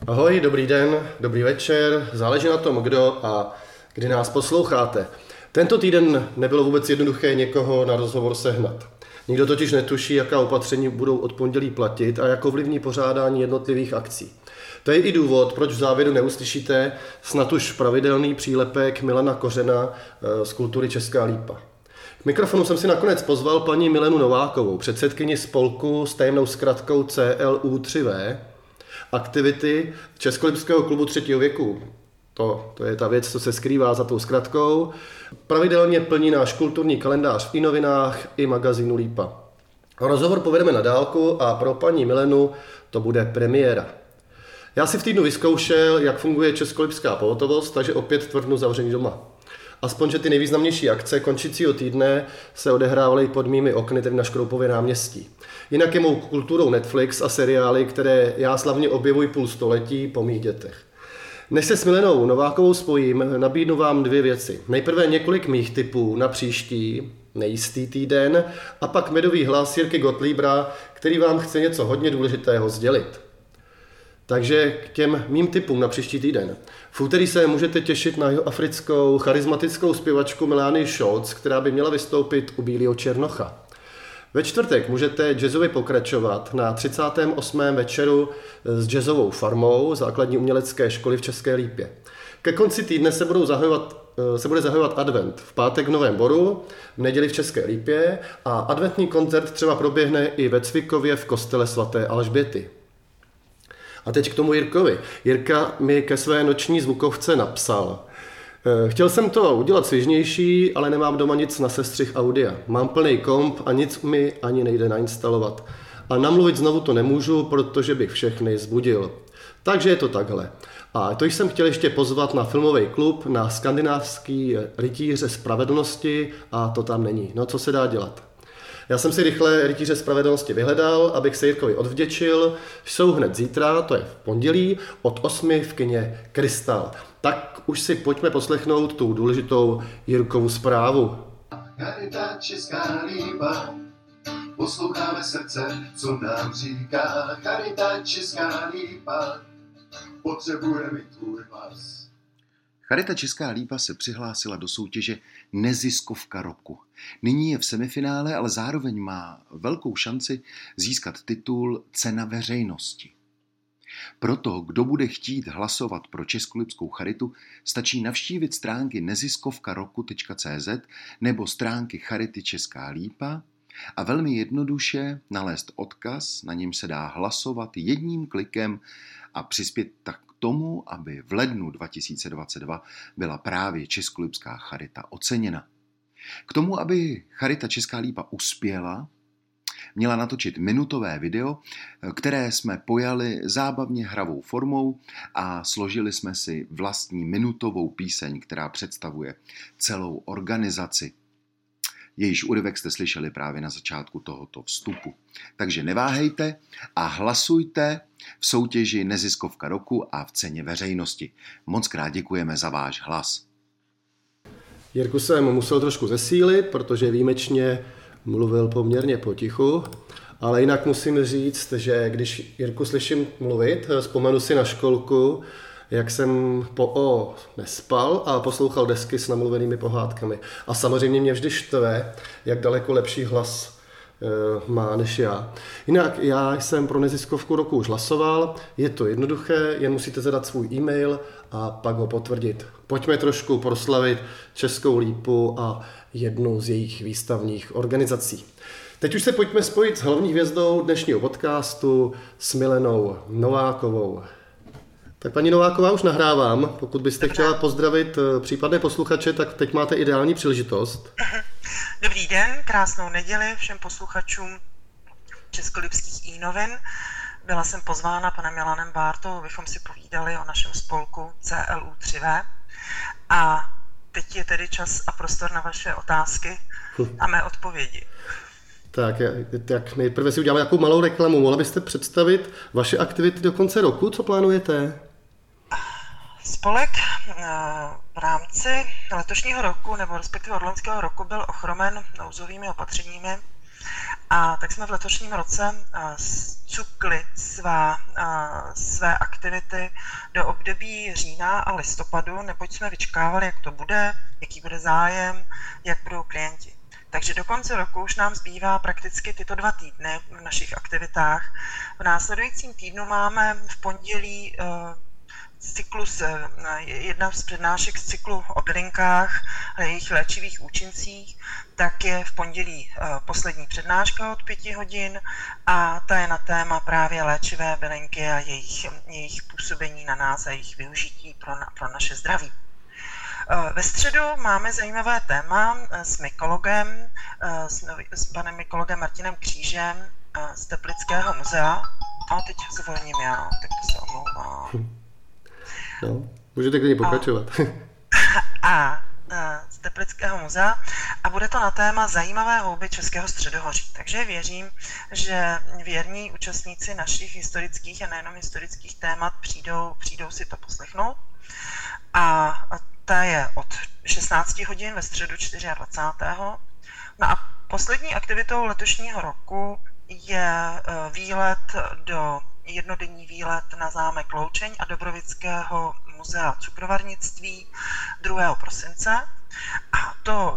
Ahoj, dobrý den, dobrý večer, záleží na tom, kdo a kdy nás posloucháte. Tento týden nebylo vůbec jednoduché někoho na rozhovor sehnat. Nikdo totiž netuší, jaká opatření budou od pondělí platit a jak ovlivní pořádání jednotlivých akcí. To je i důvod, proč v závěru neuslyšíte snad už pravidelný přílepek Milana Kořena z Kultury Česká Lípa. K mikrofonu jsem si nakonec pozval paní Milenu Novákovou, předsedkyni spolku s tajemnou zkratkou CLU3V, aktivity Českolipského klubu třetího věku. To je ta věc, co se skrývá za tou zkratkou. Pravidelně plní náš kulturní kalendář v i-novinách i magazínu Lípa. Rozhovor povedeme na dálku a pro paní Milenu to bude premiéra. Já si v týdnu vyzkoušel, jak funguje českolipská pohotovost, takže opět tvrdnu zavření doma. Aspoň, že ty nejvýznamnější akce končícího týdne se odehrávaly pod mými okny, tedy na Škroupově náměstí. Jinak je mou kulturou Netflix a seriály, které já slavně objevuji půl století po mých dětech. Než se s Milenou Novákovou spojím, nabídnu vám dvě věci. Nejprve několik mých tipů na příští, nejistý týden, a pak medový hlas Jirky Gottliebra, který vám chce něco hodně důležitého sdělit. Takže k těm mým tipům na příští týden. V úterý se můžete těšit na jihoafrickou charismatickou zpěvačku Melanie Scholz, která by měla vystoupit u Bílého Černocha. Ve čtvrtek můžete jazzově pokračovat na 38. večeru s jazzovou farmou základní umělecké školy v České Lípě. Ke konci týdne se bude zahajovat advent. V pátek v Novém Boru, v neděli v České Lípě a adventní koncert třeba proběhne i ve Cvikově v kostele svaté Alžběty. A teď k tomu Jirkovi. Jirka mi ke své noční zvukovce napsal: chtěl jsem to udělat svěžnější, ale nemám doma nic na sestřih audia. Mám plný komp a nic mi ani nejde nainstalovat. A namluvit znovu to nemůžu, protože bych všechny zbudil. Takže je to takhle. A to jsem chtěl ještě pozvat na filmový klub, na skandinávský rytíře spravedlnosti a to tam není. No co se dá dělat? Já jsem si rychle rytíře spravedlnosti vyhledal, abych se Jirkovi odvděčil. Jsou hned zítra, to je v pondělí, od 8 v kině Krystal. Tak už si pojďme poslechnout tu důležitou Jirkovu zprávu. Charita Česká Lípa, posloucháme srdce, co nám říká. Charita Česká Lípa, potřebujeme tvůj hlas. Charita Česká Lípa se přihlásila do soutěže Neziskovka roku. Nyní je v semifinále, ale zároveň má velkou šanci získat titul Cena veřejnosti. Proto, kdo bude chtít hlasovat pro Českolipskou charitu, stačí navštívit stránky neziskovkaroku.cz nebo stránky Charity Česká Lípa a velmi jednoduše nalézt odkaz, na něm se dá hlasovat jedním klikem a přispět tak k tomu, aby v lednu 2022 byla právě Českolipská charita oceněna. K tomu, aby Charita Česká Lípa uspěla, měla natočit minutové video, které jsme pojali zábavně hravou formou a složili jsme si vlastní minutovou píseň, která představuje celou organizaci. Jejíž úryvek jste slyšeli právě na začátku tohoto vstupu. Takže neváhejte a hlasujte v soutěži Neziskovka roku a v ceně veřejnosti. Moc krát děkujeme za váš hlas. Jirku jsem musel trošku zesílit, protože výjimečně mluvil poměrně potichu, ale jinak musím říct, že když Jirku slyším mluvit, vzpomenu si na školku, jak jsem nespal a poslouchal desky s namluvenými pohádkami. A samozřejmě mě vždy štve, jak daleko lepší hlas má než já. Jinak já jsem pro Neziskovku roku už hlasoval, je to jednoduché, jen musíte zadat svůj e-mail a pak ho potvrdit. Pojďme trošku proslavit Českou Lípu a jednu z jejich výstavních organizací. Teď už se pojďme spojit s hlavní hvězdou dnešního podcastu, s Milenou Novákovou. Tak paní Nováková, už nahrávám. Pokud byste chtěla pozdravit případné posluchače, tak teď máte ideální příležitost. Dobrý den, krásnou neděli všem posluchačům Českolipských i-novin. Byla jsem pozvána panem Milanem Bártou, abychom si povídali o našem spolku CLU3V. A teď je tedy čas a prostor na vaše otázky a mé odpovědi. Tak nejprve si uděláme nějakou malou reklamu. Mohla byste představit vaše aktivity do konce roku? Co plánujete? Spolek v rámci letošního roku, nebo respektive od loňského roku, byl ochromen nouzovými opatřeními A tak jsme v letošním roce zcukli své aktivity do období října a listopadu, neboť jsme vyčkávali, jak to bude, jaký bude zájem, jak budou klienti. Takže do konce roku už nám zbývá prakticky tyto 2 týdny v našich aktivitách. V následujícím týdnu máme v pondělí jedna z přednášek z cyklu o bylinkách a jejich léčivých účincích, tak je v pondělí poslední přednáška od 5 hodin a ta je na téma právě léčivé bylinky a jejich působení na nás a jejich využití pro naše zdraví. Ve středu máme zajímavé téma s mykologem, s panem mykologem Martinem Křížem z Teplického muzea. A teď zvolním já, tak to se omlouvám. No, můžete klidně pokračovat. Z Teplického muzea a bude to na téma zajímavé houby Českého středohoří. Takže věřím, že věrní účastníci našich historických a nejenom historických témat přijdou si to poslechnout. A ta je od 16 hodin ve středu 24. No a poslední aktivitou letošního roku je jednodenní výlet na zámek Loučeň a Dobrovického muzea cukrovarnictví 2. prosince. A to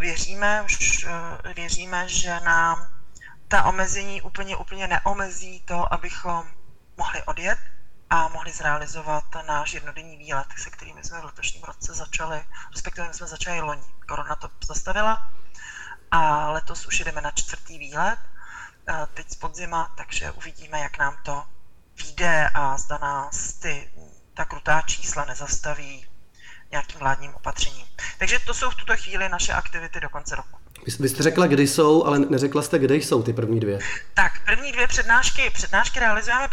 věříme, že nám ta omezení úplně neomezí to, abychom mohli odjet a mohli zrealizovat náš jednodenní výlet, se kterými jsme v letošním roce jsme začali loni. Korona to zastavila a letos už jdeme na 4. výlet, teď z podzima, takže uvidíme, jak nám to vyjde a zda nás ta krutá čísla nezastaví nějakým vládním opatřením. Takže to jsou v tuto chvíli naše aktivity do konce roku. Vy jste řekla, kdy jsou, ale neřekla jste, kde jsou ty první 2. Tak, první 2 přednášky realizujeme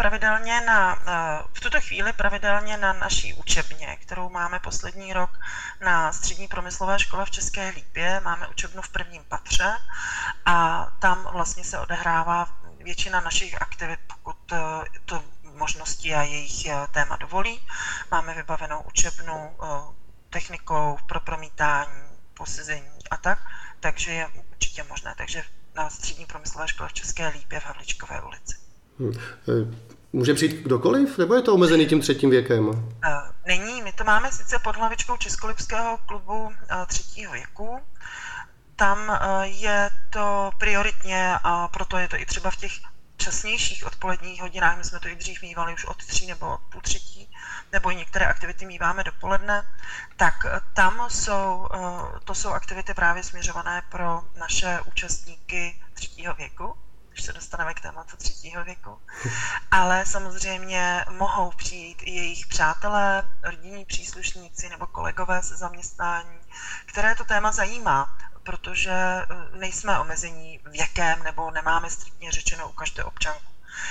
v tuto chvíli pravidelně na naší učebně, kterou máme poslední rok na Střední průmyslové škole v České Lípě. Máme učebnu v 1. patře a tam vlastně se odehrává většina našich aktivit, pokud to možnosti a jejich téma dovolí. Máme vybavenou učebnu technikou pro promítání, posezení a tak, takže je určitě možné. Takže na Střední průmyslové škole v České Lípě v Havlíčkové ulici. Může přijít kdokoliv, nebo je to omezený tím 3. věkem? Není, my to máme sice pod hlavičkou Českolipského klubu 3. věku. Tam je to prioritně a proto je to i třeba v těch časnějších odpoledních hodinách, my jsme to i dřív mívali už od 3 nebo od půl 3, nebo i některé aktivity míváme dopoledne, tak tam to jsou aktivity právě směřované pro naše účastníky 3. věku, když se dostaneme k tématu 3. věku. Ale samozřejmě mohou přijít i jejich přátelé, rodinní příslušníci nebo kolegové ze zaměstnání, které to téma zajímá, protože nejsme omezení věkem nebo nemáme striktně řečeno u každé občanku.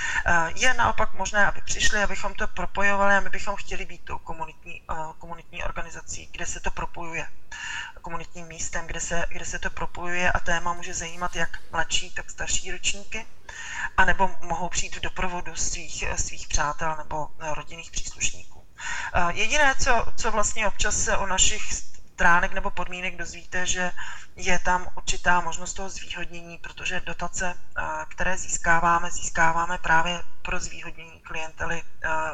Je naopak možné, aby přišli, abychom to propojovali a my bychom chtěli být tou komunitní organizací, kde se to propojuje. Komunitním místem, kde se to propojuje a téma může zajímat jak mladší, tak starší ročníky, anebo mohou přijít v doprovodu svých přátel nebo rodinných příslušníků. Jediné, co vlastně občas se o našich stránek nebo podmínek dozvíte, že je tam určitá možnost toho zvýhodnění, protože dotace, které získáváme právě pro zvýhodnění klientely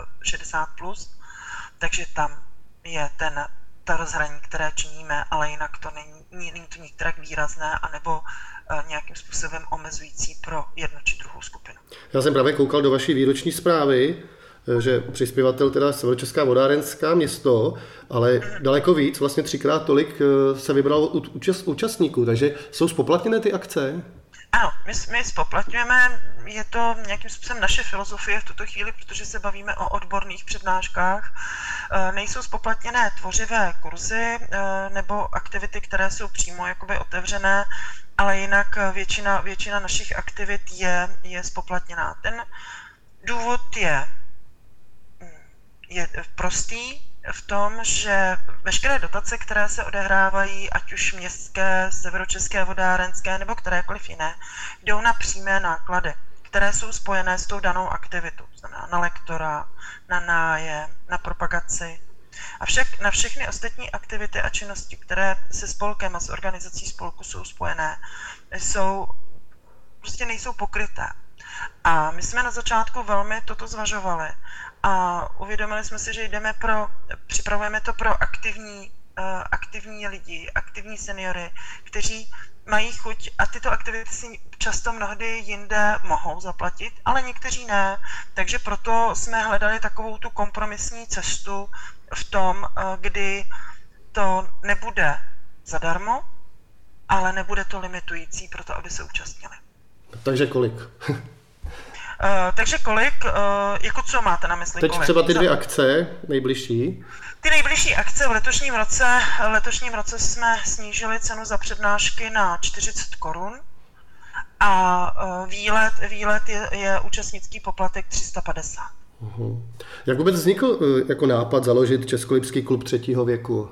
60+, takže tam je ta rozhraní, které činíme, ale jinak to není to nikterak výrazné anebo nějakým způsobem omezující pro jednu či druhou skupinu. Já jsem právě koukal do vaší výroční zprávy, že přispěvatel teda Severočeská vodárenská město, ale daleko víc, vlastně 3x tolik se vybralo účastníků, takže jsou zpoplatněné ty akce? Ano, my zpoplatňujeme, je to nějakým způsobem naše filozofie v tuto chvíli, protože se bavíme o odborných přednáškách. Nejsou zpoplatněné tvořivé kurzy nebo aktivity, které jsou přímo jakoby otevřené, ale jinak většina našich aktivit je zpoplatněná. Ten důvod je prostý v tom, že veškeré dotace, které se odehrávají, ať už městské, severočeské vodárenské nebo kterékoliv jiné, jdou na přímé náklady, které jsou spojené s tou danou aktivitou, to znamená na lektora, na nájem, na propagaci. A na všechny ostatní aktivity a činnosti, které se spolkem a s organizací spolku jsou spojené, jsou prostě nejsou pokryté. A my jsme na začátku velmi toto zvažovali a uvědomili jsme si, že připravujeme to pro aktivní lidi, aktivní seniory, kteří mají chuť a tyto aktivity si často mnohdy jinde mohou zaplatit, ale někteří ne. Takže proto jsme hledali takovou tu kompromisní cestu v tom, kdy to nebude zadarmo, ale nebude to limitující pro to, aby se účastnili. Takže kolik? Takže kolik? Jako co máte na mysli? Teď kolik? Třeba ty 2 akce nejbližší. Ty nejbližší akce v letošním roce jsme snížili cenu za přednášky na 40 korun a výlet je účastnický poplatek 350. Uhum. Jak vůbec vznikl jako nápad založit Českolipský klub 3. věku?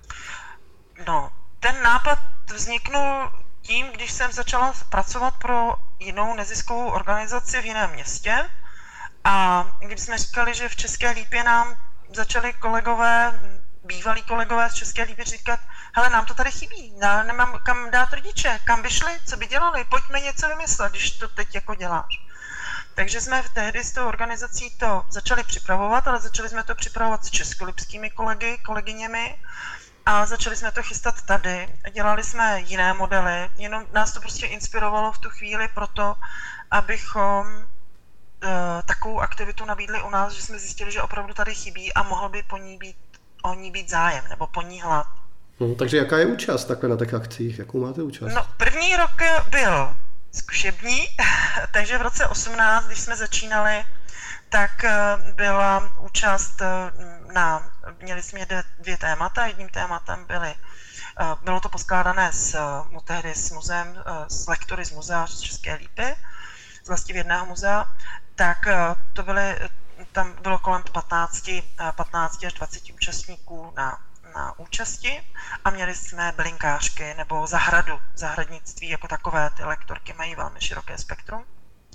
No, ten nápad vzniknul tím, když jsem začala pracovat pro jinou neziskovou organizaci v jiném městě a když jsme říkali, že v České Lípě nám začali bývalí kolegové z České Lípy říkat, hele, nám to tady chybí, nemám kam dát rodiče, kam by šli, co by dělali, pojďme něco vymyslet, když to teď jako děláš. Takže jsme tehdy s tou organizací to začali připravovat, ale začali jsme to připravovat s českolipskými kolegyněmi a začali jsme to chystat tady. Dělali jsme jiné modely, jenom nás to prostě inspirovalo v tu chvíli proto, abychom takovou aktivitu nabídli u nás, že jsme zjistili, že opravdu tady chybí a mohl by o ní být zájem nebo po ní hlad. Takže jaká je účast takhle na těch akcích? Jakou máte účast? No, první rok byl zkušební, takže v roce 2018, když jsme začínali, tak byla účast měli jsme 2 témata. Jedním tématem bylo to poskládané tehdy s muzeem, s lektory z muzea z České Lípy, z Vlastivědného muzea, tak tam bylo kolem 15 až 20 účastníků na účasti a měli jsme bylinkářky nebo zahradnictví jako takové, ty lektorky mají velmi široké spektrum.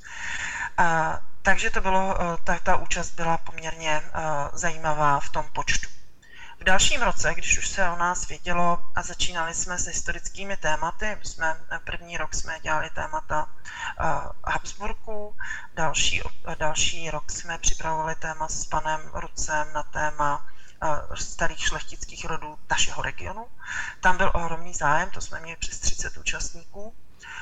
Takže to bylo, ta účast byla poměrně zajímavá v tom počtu. V dalším roce, když už se o nás vědělo a začínali jsme s historickými tématy, první rok jsme dělali témata Habsburků, další rok jsme připravovali téma s panem Rucem na téma starých šlechtických rodů našeho regionu. Tam byl ohromný zájem, to jsme měli přes 30 účastníků,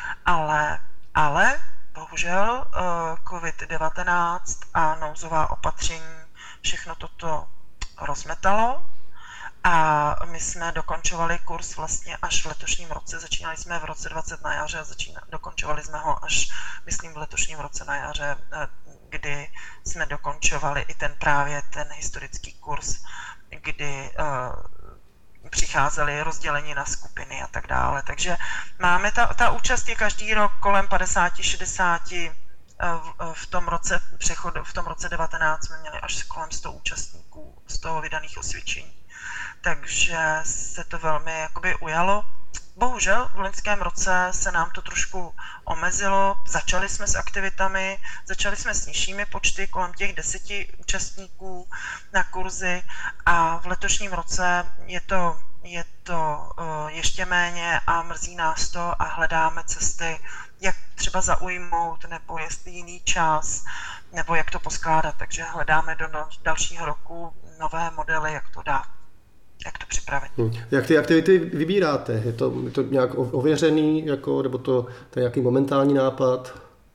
ale bohužel COVID-19 a nouzová opatření všechno toto rozmetalo a my jsme dokončovali kurz vlastně až v letošním roce. Začínali jsme v roce 20 na jaře a dokončovali jsme ho až, myslím, v letošním roce na jaře, kdy jsme dokončovali i ten historický kurz, kdy přicházeli rozdělení na skupiny a tak dále. Takže máme ta účast je každý rok kolem 50-60. V tom roce 19 jsme měli až kolem 100 účastníků z toho vydaných osvědčení. Takže se to velmi jakoby ujalo. Bohužel v loňském roce se nám to trošku omezilo, začali jsme s aktivitami, začali jsme s nižšími počty, kolem těch 10 účastníků na kurzy a v letošním roce je to ještě méně a mrzí nás to a hledáme cesty, jak třeba zaujmout, nebo jestli jiný čas, nebo jak to poskládat. Takže hledáme do dalšího roku nové modely, jak to dát. Jak to připravit? Jak ty aktivity vybíráte? Je to nějak ověřený, nebo to je nějaký momentální nápad?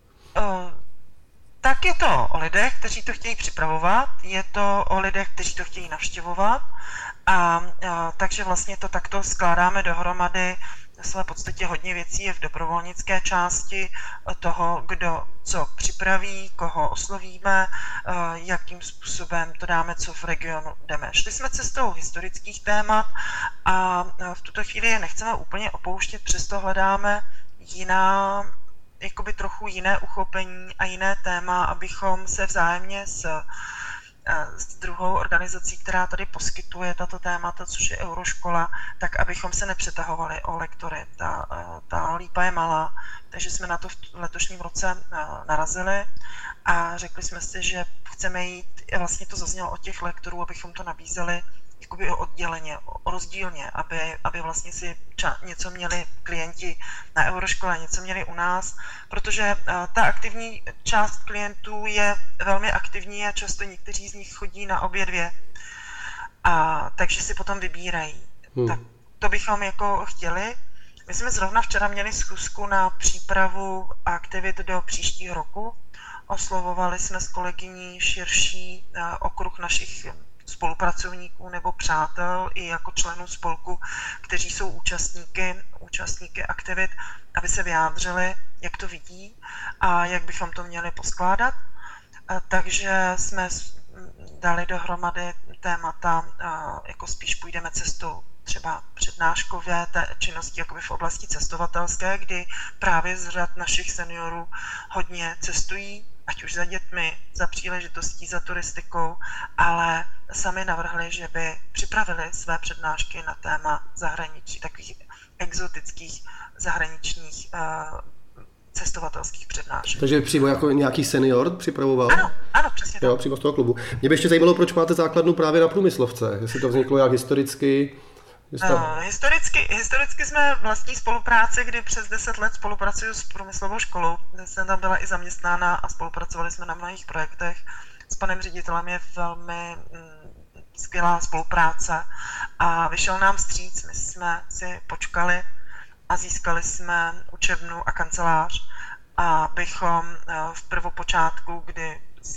Tak je to o lidech, kteří to chtějí připravovat, je to o lidech, kteří to chtějí navštěvovat takže vlastně to takto skládáme dohromady. V své podstatě hodně věcí je v dobrovolnické části toho, kdo co připraví, koho oslovíme, jakým způsobem to dáme, co v regionu jdeme. Šli jsme cestou historických témat a v tuto chvíli je nechceme úplně opouštět, přesto hledáme trochu jiné uchopení a jiné téma, abychom se vzájemně s druhou organizací, která tady poskytuje tato témata, což je Euroškola, tak abychom se nepřetahovali o lektory. Ta Lípa je malá, takže jsme na to v letošním roce narazili a řekli jsme si, že chceme jít, vlastně to zaznělo od těch lektorů, abychom to nabízeli jakoby odděleně, rozdílně, aby vlastně si něco měli klienti na Euroškole, něco měli u nás, protože ta aktivní část klientů je velmi aktivní a často někteří z nich chodí na obě dvě. A takže si potom vybírají. Tak to bychom jako chtěli. My jsme zrovna včera měli schůzku na přípravu aktivit do příštího roku. Oslovovali jsme s kolegyní širší okruh našich spolupracovníků nebo přátel i jako členů spolku, kteří jsou účastníky aktivit, aby se vyjádřili, jak to vidí a jak bychom to měli poskládat. Takže jsme dali dohromady témata, jako spíš půjdeme cestou třeba přednáškové té činnosti jakoby v oblasti cestovatelské, kdy právě z řad našich seniorů hodně cestují, ať už za dětmi, za příležitostí, za turistikou, ale sami navrhli, že by připravili své přednášky na téma zahraničí, takových exotických zahraničních cestovatelských přednášek. Takže přímo jako nějaký senior připravoval? Ano, přesně tak. Jo, přímo z toho klubu. Mě by ještě zajímalo, proč máte základnu právě na Průmyslovce, jestli to vzniklo jak historicky. Historicky jsme vlastní spolupráci, kdy přes 10 let spolupracuju s průmyslovou školou, kde jsem tam byla i zaměstnána a spolupracovali jsme na mnohých projektech. S panem ředitelem je velmi skvělá spolupráce a vyšel nám vstříc. My jsme si počkali a získali jsme učebnu a kancelář, abychom v prvopočátku, kdy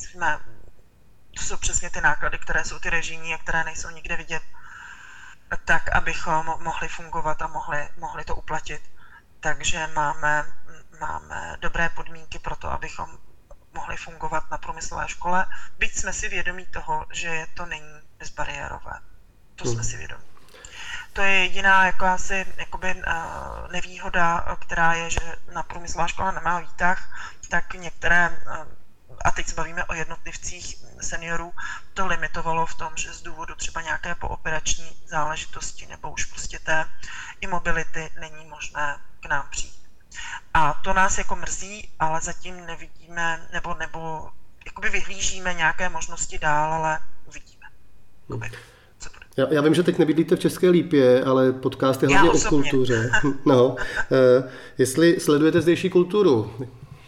to jsou přesně ty náklady, které jsou ty režijní a které nejsou nikde vidět, tak abychom mohli fungovat a mohli to uplatit. Takže máme dobré podmínky pro to, abychom mohli fungovat na průmyslové škole, byť jsme si vědomí toho, že to není bezbariérové. To jsme si vědomí. To je jediná nevýhoda, která je, že na průmyslová škola nemá výtah, tak některé, a teď se bavíme o jednotlivcích seniorů, to limitovalo v tom, že z důvodu třeba nějaké pooperační záležitosti nebo už prostě té imobility není možné k nám přijít. A to nás jako mrzí, ale zatím nevidíme, nebo jakoby vyhlížíme nějaké možnosti dál, ale uvidíme. Já vím, že teď nebydlíte v České Lípě, ale podcast je hlavně o kultuře. No, jestli sledujete zdejší kulturu?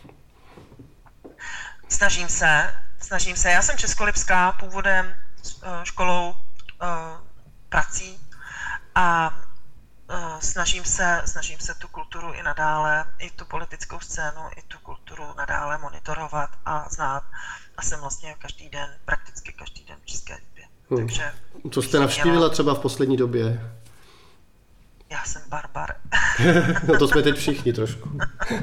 Snažím se. Já jsem českolipská původem, školou, prací a snažím se tu kulturu i nadále, i tu politickou scénu, i tu kulturu nadále monitorovat a znát. A jsem vlastně prakticky každý den v České Lípě. Takže, co jste navštívila třeba v poslední době? Já jsem barbar. No to jsme teď všichni trošku.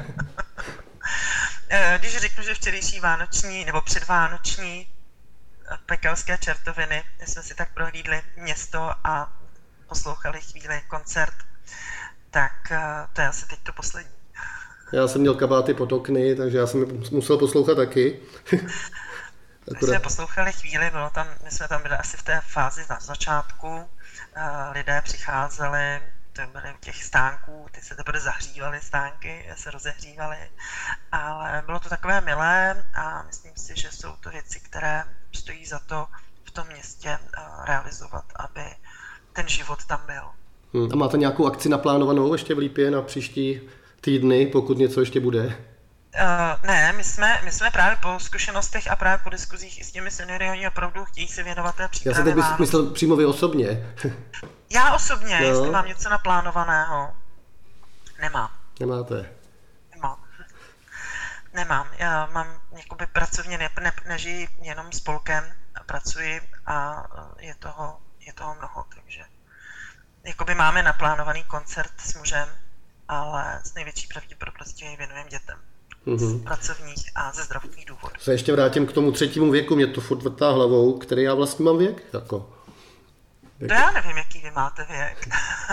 Když řeknu, že včerejší vánoční nebo předvánoční pekelské čertoviny, jsme si tak prohlídli město a poslouchali chvíli koncert, tak to je asi teď to poslední. Já jsem měl kabáty pod okny, takže já jsem musel poslouchat taky. My jsme poslouchali chvíli, my jsme tam byli asi v té fázi na začátku, lidé přicházeli, to byly těch stánků, ty se teprve zahřívaly stánky, se rozehřívaly, ale bylo to takové milé a myslím si, že jsou to věci, které stojí za to v tom městě realizovat, aby ten život tam byl. A máte nějakou akci naplánovanou ještě v Lípě na příští týdny, pokud něco ještě bude? Ne, my jsme právě po zkušenostech a právě po diskuzích i s těmi seniory, oni opravdu chtějí se věnovat té přípravě. Já jsem teď myslel přímo vy osobně. Já osobně, jestli mám něco naplánovaného, nemám. Nemáte? Nemám. Já mám jakoby pracovně, nežiji jenom spolkem, pracuji a je toho mnoho, takže jakoby máme naplánovaný koncert s mužem, ale s největší pravděpodobností jej věnujeme dětem. Z pracovních a ze zdravotních důvodů. Se ještě vrátím k tomu 3. věku, mě to furt vrtá hlavou, který já vlastně mám věk? To já nevím, jaký vy máte věk.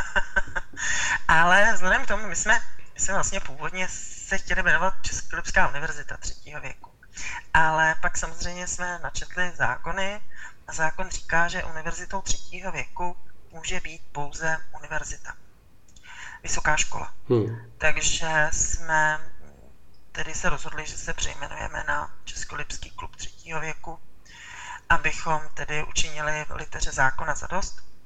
Ale vzhledem k tomu, my jsme vlastně původně se chtěli jmenovat Českolipská univerzita 3. věku. Ale pak samozřejmě jsme načetli zákony a zákon říká, že univerzitou 3. věku může být pouze univerzita. Vysoká škola. Takže jsme tedy se rozhodli, že se přejmenujeme na Českolipský klub 3. věku, abychom tedy učinili liteře zákona zadost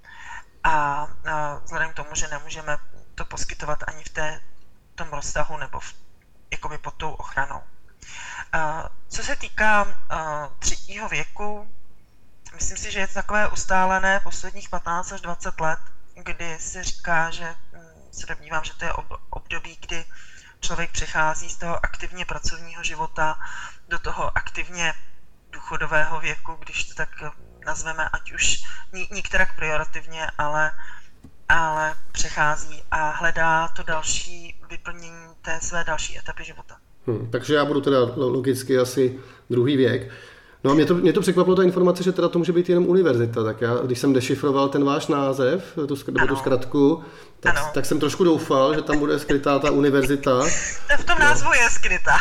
a vzhledem k tomu, že nemůžeme to poskytovat ani v tom rozsahu nebo jakoby pod tou ochranou. Co se týká 3. věku, myslím si, že je to takové ustálené posledních 15 až 20 let, kdy se říká, že se domnívám, že to je období, kdy člověk přechází z toho aktivně pracovního života do toho aktivně důchodového věku, když to tak nazveme, ať už nikterak pejorativně, ale přechází a hledá to další vyplnění té své další etapy života. Takže já budu teda logicky asi 2. věk. No a mě to překvapilo ta informace, že teda to může být jenom univerzita, tak já, když jsem dešifroval ten váš název, tu zkratku, tak jsem trošku doufal, že tam bude skrytá ta univerzita. V tom názvu je skrytá.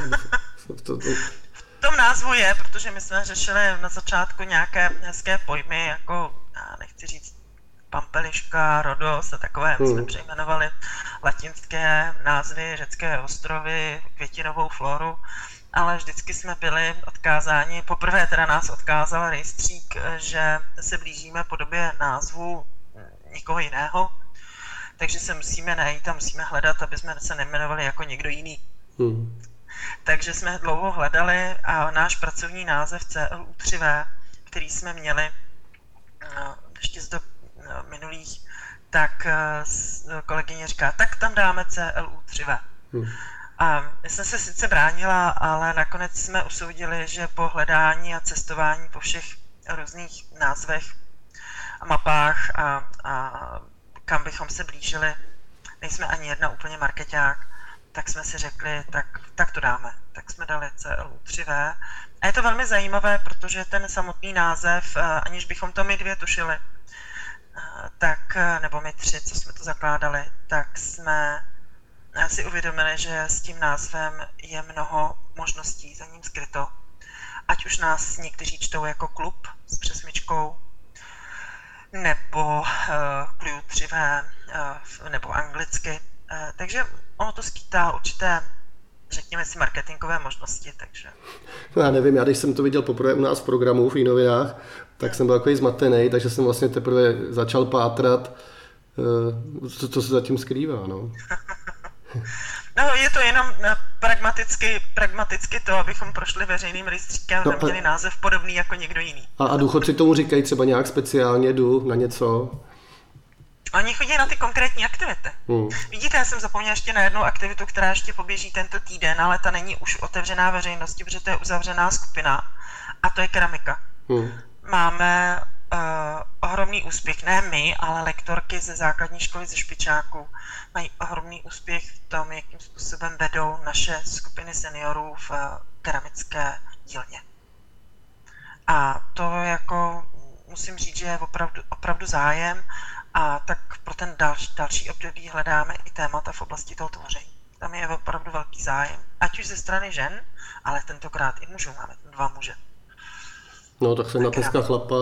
V tom názvu je, protože my jsme řešili na začátku nějaké hezké pojmy, jako, já nechci říct, Pampeliška, Rodos a takové, my jsme přejmenovali latinské názvy, řecké ostrovy, květinovou floru, ale vždycky jsme byli odkázáni, poprvé teda nás odkázal rejstřík, že se blížíme podobě názvu někoho jiného, takže se musíme najít a musíme hledat, aby jsme se nejmenovali jako někdo jiný. Takže jsme dlouho hledali a náš pracovní název CLU3V, který jsme měli ještě z dob minulých, tak kolegyně říká, tak tam dáme CLU3V. A já jsem se sice bránila, ale nakonec jsme usoudili, že po hledání a cestování po všech různých názvech a mapách a kam bychom se blížili, nejsme ani jedna úplně markeťák, tak jsme si řekli, tak to dáme. Tak jsme dali CLU3V. A je to velmi zajímavé, protože ten samotný název, aniž bychom to my 2 tušili, tak, nebo my 3, co jsme to zakládali, tak jsme si uvědomili, že s tím názvem je mnoho možností za ním skryto. Ať už nás někteří čtou jako klub s přesmičkou, nebo CLU3V, nebo anglicky. Takže ono to skýtá určité, řekněme si, marketingové možnosti, takže... Já nevím, já když jsem to viděl poprvé u nás v programu v iNovinách, tak jsem byl takový zmatený, takže jsem vlastně teprve začal pátrat, co se zatím skrývá, no. No, je to jenom pragmaticky to, abychom prošli veřejným rejstříkem a měli název podobný jako někdo jiný. A důchodci tomu říkají třeba nějak speciálně, jdu na něco? Oni chodí na ty konkrétní aktivity. Vidíte, já jsem zapomněla ještě na jednu aktivitu, která ještě poběží tento týden, ale ta není už otevřená veřejnosti, protože to je uzavřená skupina a to je keramika. Máme ohromný úspěch, ne my, ale lektorky ze základní školy ze Špičáku mají ohromný úspěch v tom, jakým způsobem vedou naše skupiny seniorů v keramické dílně. A to jako musím říct, že je opravdu zájem a tak pro ten další období hledáme i témata v oblasti toho tvoření. Tam je opravdu velký zájem, ať už ze strany žen, ale tentokrát i mužů, máme 2 muže. No, tak jsem dneska chlapa.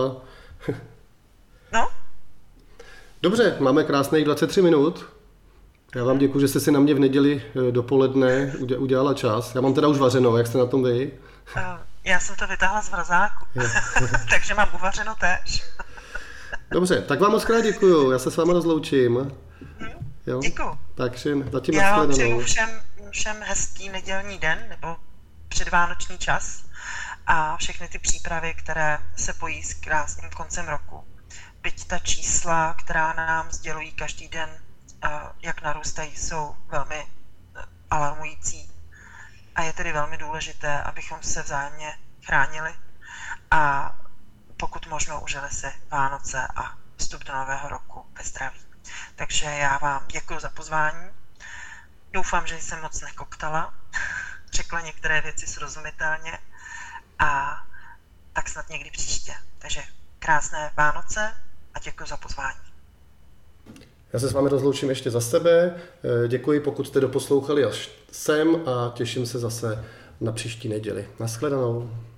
No? Dobře, máme krásných 23 minut. Já vám děkuji, že jste si na mě v neděli dopoledne udělala čas. Já mám teda už vařeno, jak jste na tom vy? Já jsem to vytáhla z mrazáku, takže mám uvařeno též. Dobře, tak vám moc krát děkuju, já se s váma rozloučím. Jo? Děkuju. Takže zatím já vám nashledanou. přeju všem hezký nedělní den, nebo předvánoční čas a všechny ty přípravy, které se pojí s krásným koncem roku. Byť ta čísla, která nám sdělují každý den, jak narůstají, jsou velmi alarmující. A je tedy velmi důležité, abychom se vzájemně chránili a pokud možno užili si Vánoce a vstup do nového roku ve zdraví. Takže já vám děkuji za pozvání. Doufám, že jsem moc nekoktala, řekla některé věci srozumitelně a tak snad někdy příště. Takže krásné Vánoce a děkuji za pozvání. Já se s vámi rozloučím ještě za sebe. Děkuji, pokud jste doposlouchali až sem a těším se zase na příští neděli. Nashledanou.